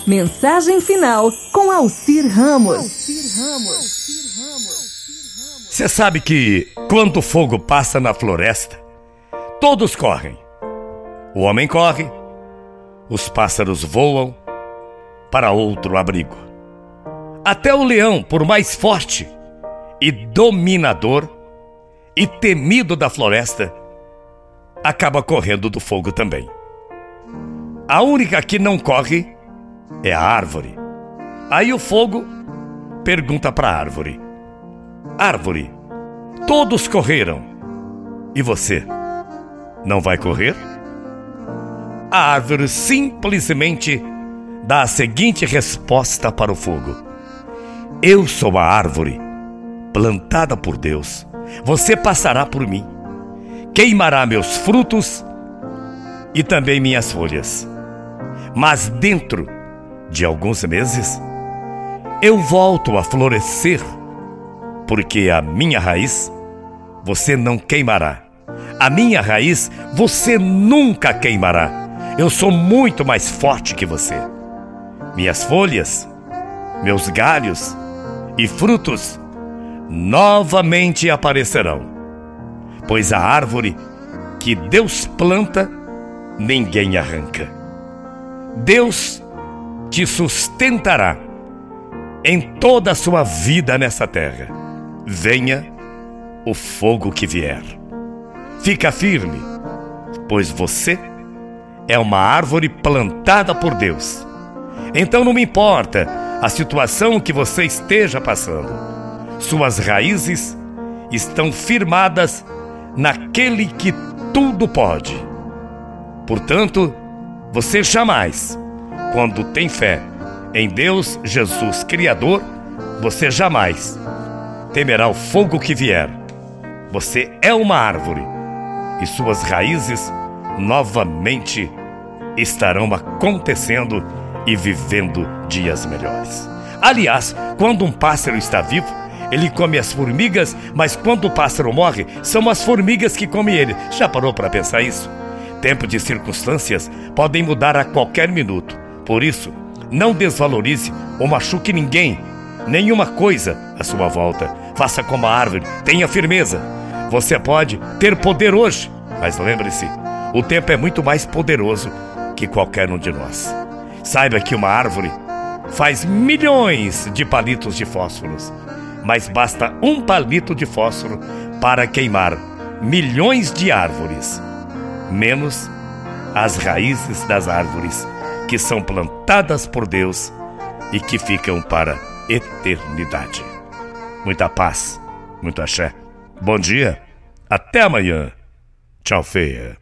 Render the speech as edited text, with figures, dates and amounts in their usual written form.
Mensagem final com Alcir Ramos. Você sabe que quando o fogo passa na floresta, todos correm. O homem corre, os pássaros voam para outro abrigo. Até o leão, por mais forte e dominador e temido da floresta, acaba correndo do fogo também. A única que não corre é a árvore. Aí o fogo pergunta para a árvore: árvore, todos correram, e você não vai correr? A árvore simplesmente dá a seguinte resposta para o fogo: eu sou a árvore plantada por Deus. Você passará por mim, queimará meus frutos e também minhas folhas. Mas dentro de alguns meses, eu volto a florescer, porque a minha raiz você não queimará. A minha raiz você nunca queimará. Eu sou muito mais forte que você. Minhas folhas, meus galhos e frutos novamente aparecerão, pois a árvore que Deus planta, ninguém arranca. Deus te sustentará em toda a sua vida nessa terra, venha o fogo que vier. Fica firme, pois você é uma árvore plantada por Deus. Então não me importa a situação que você esteja passando, suas raízes estão firmadas naquele que tudo pode. Portanto, você jamais, quando tem fé em Deus Jesus Criador, você jamais temerá o fogo que vier. Você é uma árvore e suas raízes novamente estarão acontecendo e vivendo dias melhores. Aliás, quando um pássaro está vivo, ele come as formigas, mas quando o pássaro morre, são as formigas que comem ele. Já parou para pensar isso? Tempo de circunstâncias podem mudar a qualquer minuto. Por isso, não desvalorize ou machuque ninguém, nenhuma coisa à sua volta. Faça como a árvore, tenha firmeza. Você pode ter poder hoje, mas lembre-se, o tempo é muito mais poderoso que qualquer um de nós. Saiba que uma árvore faz milhões de palitos de fósforos, mas basta um palito de fósforo para queimar milhões de árvores, menos as raízes das árvores que são plantadas por Deus e que ficam para a eternidade. Muita paz, muito axé. Bom dia, até amanhã. Tchau, feia.